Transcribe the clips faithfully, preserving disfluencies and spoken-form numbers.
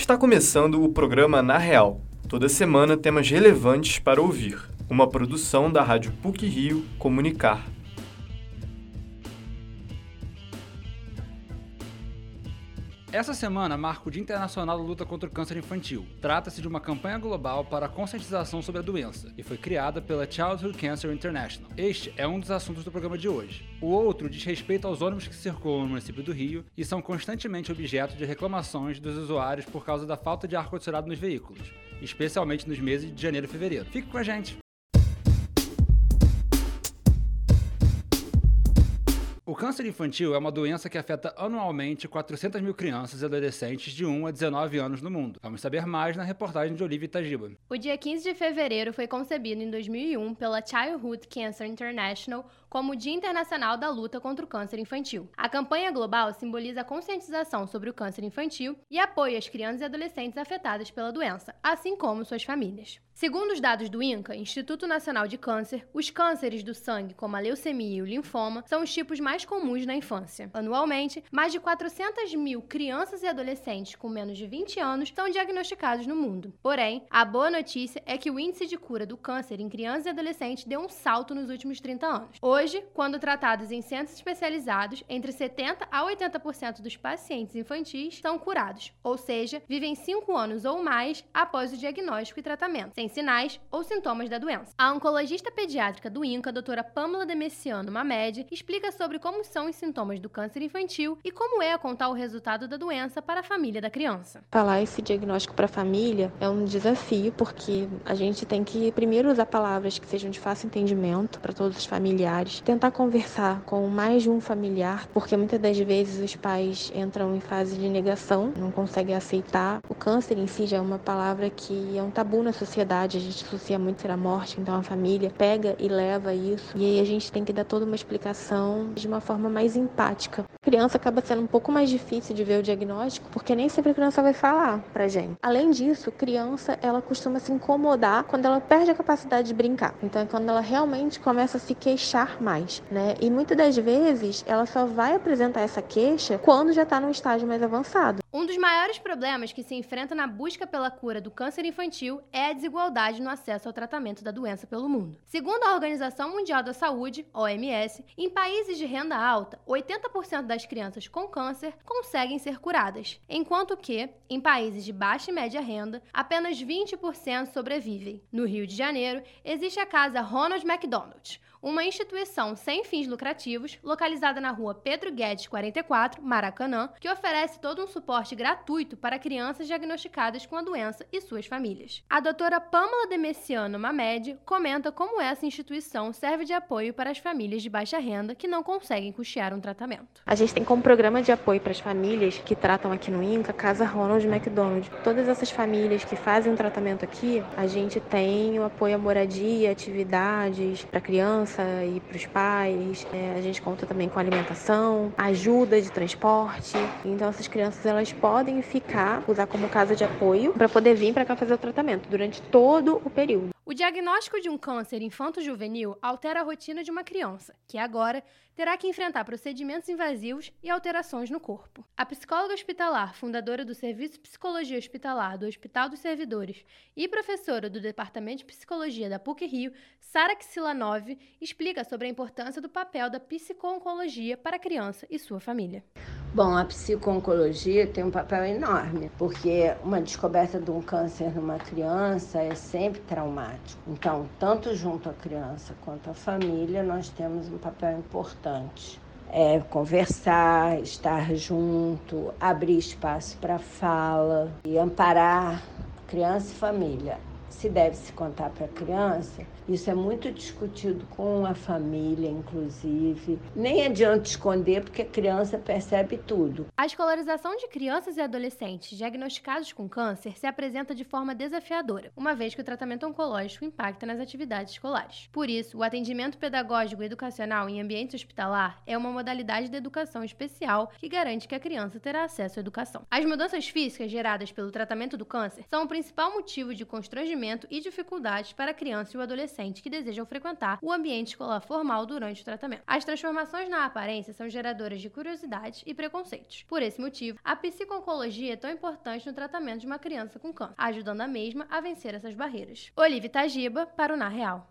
Está começando o programa Na Real. Toda semana temas relevantes para ouvir. Uma produção da Rádio P U C Rio Comunicar. Essa semana marca o Dia Internacional da Luta contra o Câncer Infantil. Trata-se de uma campanha global para a conscientização sobre a doença e foi criada pela Childhood Cancer International. Este é um dos assuntos do programa de hoje. O outro diz respeito aos ônibus que circulam no município do Rio e são constantemente objeto de reclamações dos usuários por causa da falta de ar-condicionado nos veículos, especialmente nos meses de janeiro e fevereiro. Fique com a gente! O câncer infantil é uma doença que afeta anualmente quatrocentas mil crianças e adolescentes de um a dezenove anos no mundo. Vamos saber mais na reportagem de Olivia Itagiba. O dia quinze de fevereiro foi concebido em dois mil e um pela Childhood Cancer International como o Dia Internacional da Luta contra o Câncer Infantil. A campanha global simboliza a conscientização sobre o câncer infantil e apoia as crianças e adolescentes afetadas pela doença, assim como suas famílias. Segundo os dados do INCA, Instituto Nacional de Câncer, os cânceres do sangue, como a leucemia e o linfoma, são os tipos mais comuns na infância. Anualmente, mais de quatrocentas mil crianças e adolescentes com menos de vinte anos são diagnosticados no mundo. Porém, a boa notícia é que o índice de cura do câncer em crianças e adolescentes deu um salto nos últimos trinta anos. Hoje, quando tratados em centros especializados, entre setenta a oitenta por cento dos pacientes infantis são curados, ou seja, vivem cinco anos ou mais após o diagnóstico e tratamento, sem sinais ou sintomas da doença. A oncologista pediátrica do INCA, doutora Pamela Demessiano Mamed, explica sobre como são os sintomas do câncer infantil e como é contar o resultado da doença para a família da criança. Falar esse diagnóstico para a família é um desafio, porque a gente tem que primeiro usar palavras que sejam de fácil entendimento para todos os familiares, tentar conversar com mais de um familiar, porque muitas das vezes os pais entram em fase de negação, não conseguem aceitar. O câncer em si já é uma palavra que é um tabu na sociedade, a gente associa muito a morte, então a família pega e leva isso, e aí a gente tem que dar toda uma explicação de uma forma mais empática. A criança acaba sendo um pouco mais difícil de ver o diagnóstico, porque nem sempre a criança vai falar pra gente. Além disso, criança, ela costuma se incomodar quando ela perde a capacidade de brincar. Então é quando ela realmente começa a se queixar mais, né? E muitas das vezes ela só vai apresentar essa queixa quando já está num estágio mais avançado. Um dos maiores problemas que se enfrenta na busca pela cura do câncer infantil é a desigualdade no acesso ao tratamento da doença pelo mundo. Segundo a Organização Mundial da Saúde, O M S, em países de renda alta, oitenta por cento das crianças com câncer conseguem ser curadas, enquanto que, em países de baixa e média renda, apenas vinte por cento sobrevivem. No Rio de Janeiro, existe a Casa Ronald McDonald, uma instituição sem fins lucrativos, localizada na rua Pedro Guedes quarenta e quatro, Maracanã, que oferece todo um suporte gratuito para crianças diagnosticadas com a doença e suas famílias. A doutora Pamela Demessiano Mamed comenta como essa instituição serve de apoio para as famílias de baixa renda que não conseguem custear um tratamento. A gente tem como programa de apoio para as famílias que tratam aqui no INCA a Casa Ronald McDonald. Todas essas famílias que fazem um tratamento aqui, a gente tem o apoio à moradia, atividades para criança e para os pais, é, a gente conta também com alimentação, ajuda de transporte, então essas crianças elas podem ficar, usar como casa de apoio para poder vir para cá fazer o tratamento durante todo o período. O diagnóstico de um câncer infanto-juvenil altera a rotina de uma criança, que agora terá que enfrentar procedimentos invasivos e alterações no corpo. A psicóloga hospitalar, fundadora do Serviço de Psicologia Hospitalar do Hospital dos Servidores e professora do Departamento de Psicologia da P U C Rio, Sara Ksilanov, explica sobre a importância do papel da psico-oncologia para a criança e sua família. Bom, a psico-oncologia tem um papel enorme, porque uma descoberta de um câncer numa criança é sempre traumático. Então, tanto junto à criança quanto à família, nós temos um papel importante. É conversar, estar junto, abrir espaço para fala e amparar criança e família. Se deve se contar para a criança, isso é muito discutido com a família, inclusive. Nem adianta esconder, porque a criança percebe tudo. A escolarização de crianças e adolescentes diagnosticados com câncer se apresenta de forma desafiadora, uma vez que o tratamento oncológico impacta nas atividades escolares. Por isso, o atendimento pedagógico e educacional em ambiente hospitalar é uma modalidade de educação especial que garante que a criança terá acesso à educação. As mudanças físicas geradas pelo tratamento do câncer são o principal motivo de constrangimento sofrimento e dificuldades para a criança e o adolescente que desejam frequentar o ambiente escolar formal durante o tratamento. As transformações na aparência são geradoras de curiosidades e preconceitos. Por esse motivo, a psico-oncologia é tão importante no tratamento de uma criança com câncer, ajudando a mesma a vencer essas barreiras. Olivia Tajiba, para o Na Real.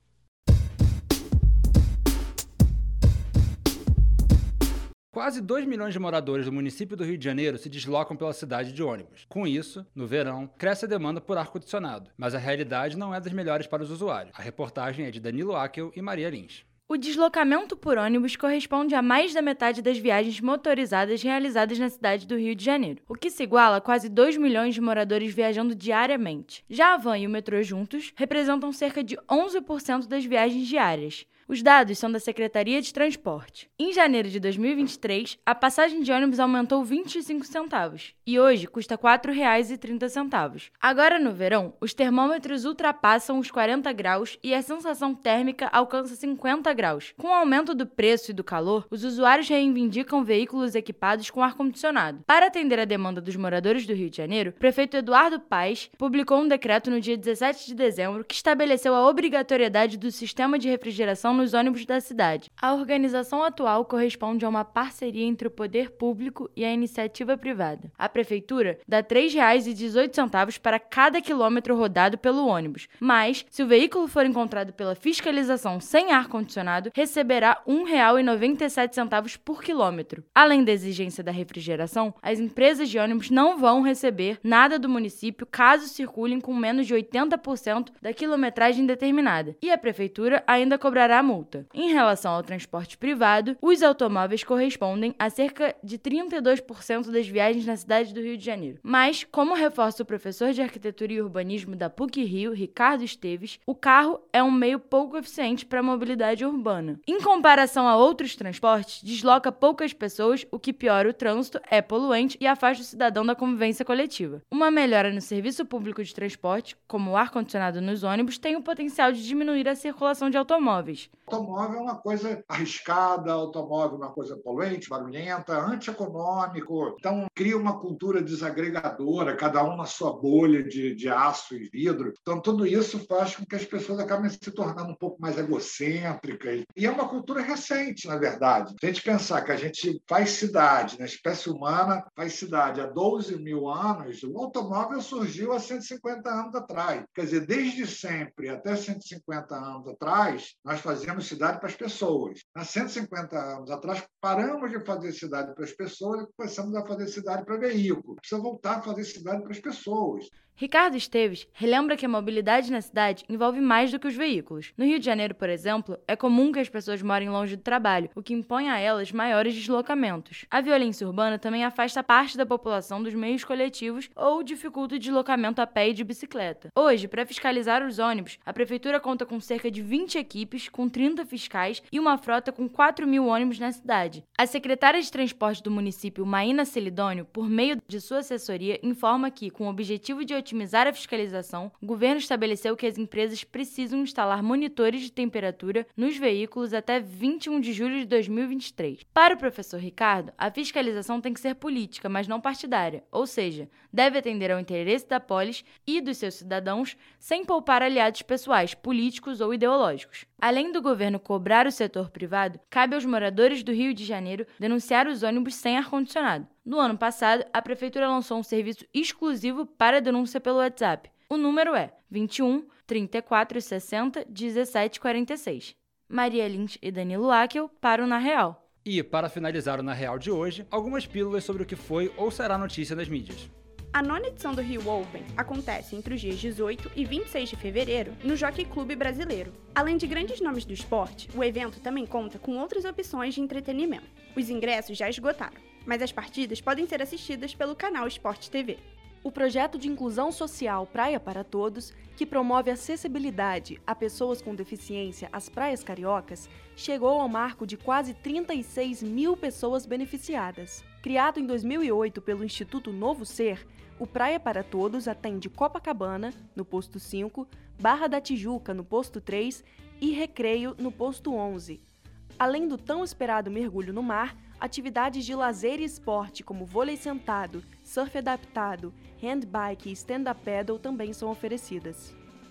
Quase dois milhões de moradores do município do Rio de Janeiro se deslocam pela cidade de ônibus. Com isso, no verão, cresce a demanda por ar-condicionado, mas a realidade não é das melhores para os usuários. A reportagem é de Danilo Akel e Maria Lins. O deslocamento por ônibus corresponde a mais da metade das viagens motorizadas realizadas na cidade do Rio de Janeiro, o que se iguala a quase dois milhões de moradores viajando diariamente. Já a van e o metrô juntos representam cerca de onze por cento das viagens diárias. Os dados são da Secretaria de Transporte. Em janeiro de dois mil e vinte e três, a passagem de ônibus aumentou vinte e cinco centavos e hoje custa quatro reais e trinta centavos. Agora no verão, os termômetros ultrapassam os quarenta graus e a sensação térmica alcança cinquenta graus. Com o aumento do preço e do calor, os usuários reivindicam veículos equipados com ar-condicionado. Para atender a demanda dos moradores do Rio de Janeiro, o prefeito Eduardo Paes publicou um decreto no dia dezessete de dezembro que estabeleceu a obrigatoriedade do sistema de refrigeração nos ônibus da cidade. A organização atual corresponde a uma parceria entre o poder público e a iniciativa privada. A prefeitura dá três reais e dezoito centavos para cada quilômetro rodado pelo ônibus, mas, se o veículo for encontrado pela fiscalização sem ar-condicionado, receberá um real e noventa e sete centavos por quilômetro. Além da exigência da refrigeração, as empresas de ônibus não vão receber nada do município caso circulem com menos de oitenta por cento da quilometragem determinada, e a prefeitura ainda cobrará multa. Em relação ao transporte privado, os automóveis correspondem a cerca de trinta e dois por cento das viagens na cidade do Rio de Janeiro. Mas, como reforça o professor de Arquitetura e Urbanismo da PUC-Rio, Ricardo Esteves, o carro é um meio pouco eficiente para a mobilidade urbana. Em comparação a outros transportes, desloca poucas pessoas, o que piora o trânsito, é poluente e afasta o cidadão da convivência coletiva. Uma melhora no serviço público de transporte, como o ar-condicionado nos ônibus, tem o potencial de diminuir a circulação de automóveis. Automóvel é uma coisa arriscada, automóvel é uma coisa poluente, barulhenta, antieconômico. Então, cria uma cultura desagregadora, cada um na sua bolha de, de aço e vidro. Então, tudo isso faz com que as pessoas acabem se tornando um pouco mais egocêntricas. E é uma cultura recente, na verdade. Se a gente pensar que a gente faz cidade, na espécie humana faz cidade há doze mil anos, o automóvel surgiu há cento e cinquenta anos atrás. Quer dizer, desde sempre até cento e cinquenta anos atrás, nós fazíamos cidade para as pessoas. Há cento e cinquenta anos atrás, paramos de fazer cidade para as pessoas e começamos a fazer cidade para veículo. Precisa voltar a fazer cidade para as pessoas. Ricardo Esteves relembra que a mobilidade na cidade envolve mais do que os veículos. No Rio de Janeiro, por exemplo, é comum que as pessoas morem longe do trabalho, o que impõe a elas maiores deslocamentos. A violência urbana também afasta parte da população dos meios coletivos ou dificulta o deslocamento a pé e de bicicleta. Hoje, para fiscalizar os ônibus, a prefeitura conta com cerca de vinte equipes, com trinta fiscais e uma frota com quatro mil ônibus na cidade. A secretária de Transporte do município, Maína Celidônio, por meio de sua assessoria, informa que, com o objetivo de otimizar a fiscalização, o governo estabeleceu que as empresas precisam instalar monitores de temperatura nos veículos até vinte e um de julho de dois mil e vinte e três. Para o professor Ricardo, a fiscalização tem que ser política, mas não partidária, ou seja, deve atender ao interesse da polis e dos seus cidadãos sem poupar aliados pessoais, políticos ou ideológicos. Além do governo cobrar o setor privado, cabe aos moradores do Rio de Janeiro denunciar os ônibus sem ar-condicionado. No ano passado, a prefeitura lançou um serviço exclusivo para denúncia pelo WhatsApp. O número é vinte e um, trinta e quatro, sessenta, dezessete, quarenta e seis. Maria Lins e Danilo Akel para o Na Real. E, para finalizar o Na Real de hoje, algumas pílulas sobre o que foi ou será notícia das mídias. A nona edição do Rio Open acontece entre os dias dezoito e vinte e seis de fevereiro no Jockey Clube Brasileiro. Além de grandes nomes do esporte, o evento também conta com outras opções de entretenimento. Os ingressos já esgotaram, mas as partidas podem ser assistidas pelo canal Esporte T V. O projeto de inclusão social Praia para Todos, que promove acessibilidade a pessoas com deficiência às praias cariocas, chegou ao marco de quase trinta e seis mil pessoas beneficiadas. Criado em dois mil e oito pelo Instituto Novo Ser, o Praia para Todos atende Copacabana, no posto cinco, Barra da Tijuca, no posto três e Recreio, no posto onze. Além do tão esperado mergulho no mar, atividades de lazer e esporte como vôlei sentado, surf adaptado, handbike e stand-up paddle também são oferecidas.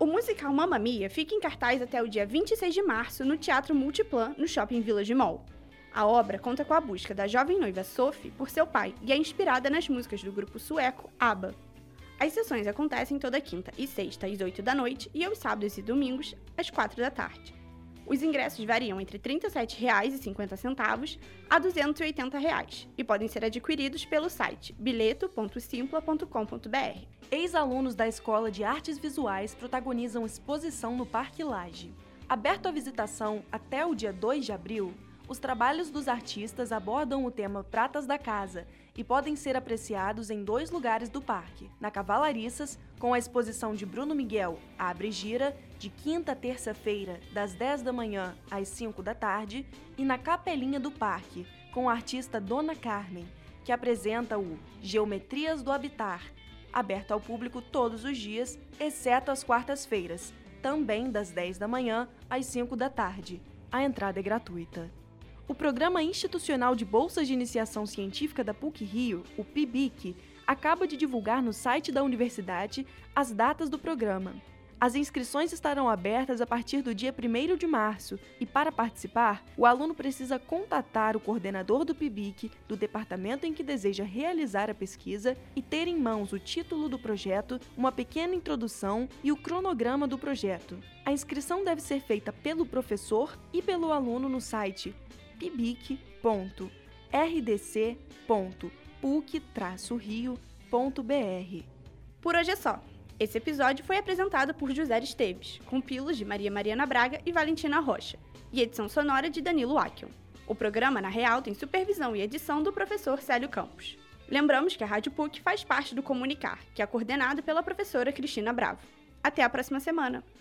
O musical Mamma Mia fica em cartaz até o dia vinte e seis de março no Teatro Multiplan, no Shopping Village Mall. A obra conta com a busca da jovem noiva Sophie por seu pai e é inspirada nas músicas do grupo sueco ABBA. As sessões acontecem toda quinta e sexta às oito da noite e aos sábados e domingos às quatro da tarde. Os ingressos variam entre trinta e sete reais e cinquenta centavos a duzentos e oitenta reais e podem ser adquiridos pelo site bilheto ponto simpla ponto com ponto b r. Ex-alunos da Escola de Artes Visuais protagonizam exposição no Parque Lage. Aberto à visitação até o dia dois de abril, os trabalhos dos artistas abordam o tema Pratas da Casa e podem ser apreciados em dois lugares do parque. Na Cavalariças, com a exposição de Bruno Miguel Abre e Gira, de quinta a terça-feira, das dez da manhã às cinco da tarde, e na Capelinha do Parque, com a artista Dona Carmen, que apresenta o Geometrias do Habitar, aberto ao público todos os dias, exceto às quartas-feiras, também das dez da manhã às cinco da tarde. A entrada é gratuita. O Programa Institucional de Bolsas de Iniciação Científica da PUC-Rio, o P I B I C, acaba de divulgar no site da universidade as datas do programa. As inscrições estarão abertas a partir do dia primeiro de março e, para participar, o aluno precisa contatar o coordenador do P I B I C do departamento em que deseja realizar a pesquisa e ter em mãos o título do projeto, uma pequena introdução e o cronograma do projeto. A inscrição deve ser feita pelo professor e pelo aluno no site pibic ponto r d c ponto p u c traço rio ponto b r. Por hoje é só. Esse episódio foi apresentado por José Esteves, com pilos de Maria Mariana Braga e Valentina Rocha, e edição sonora de Danilo Aquion. O programa, na real, tem supervisão e edição do professor Célio Campos. Lembramos que a Rádio P U C faz parte do Comunicar, que é coordenado pela professora Cristina Bravo. Até a próxima semana!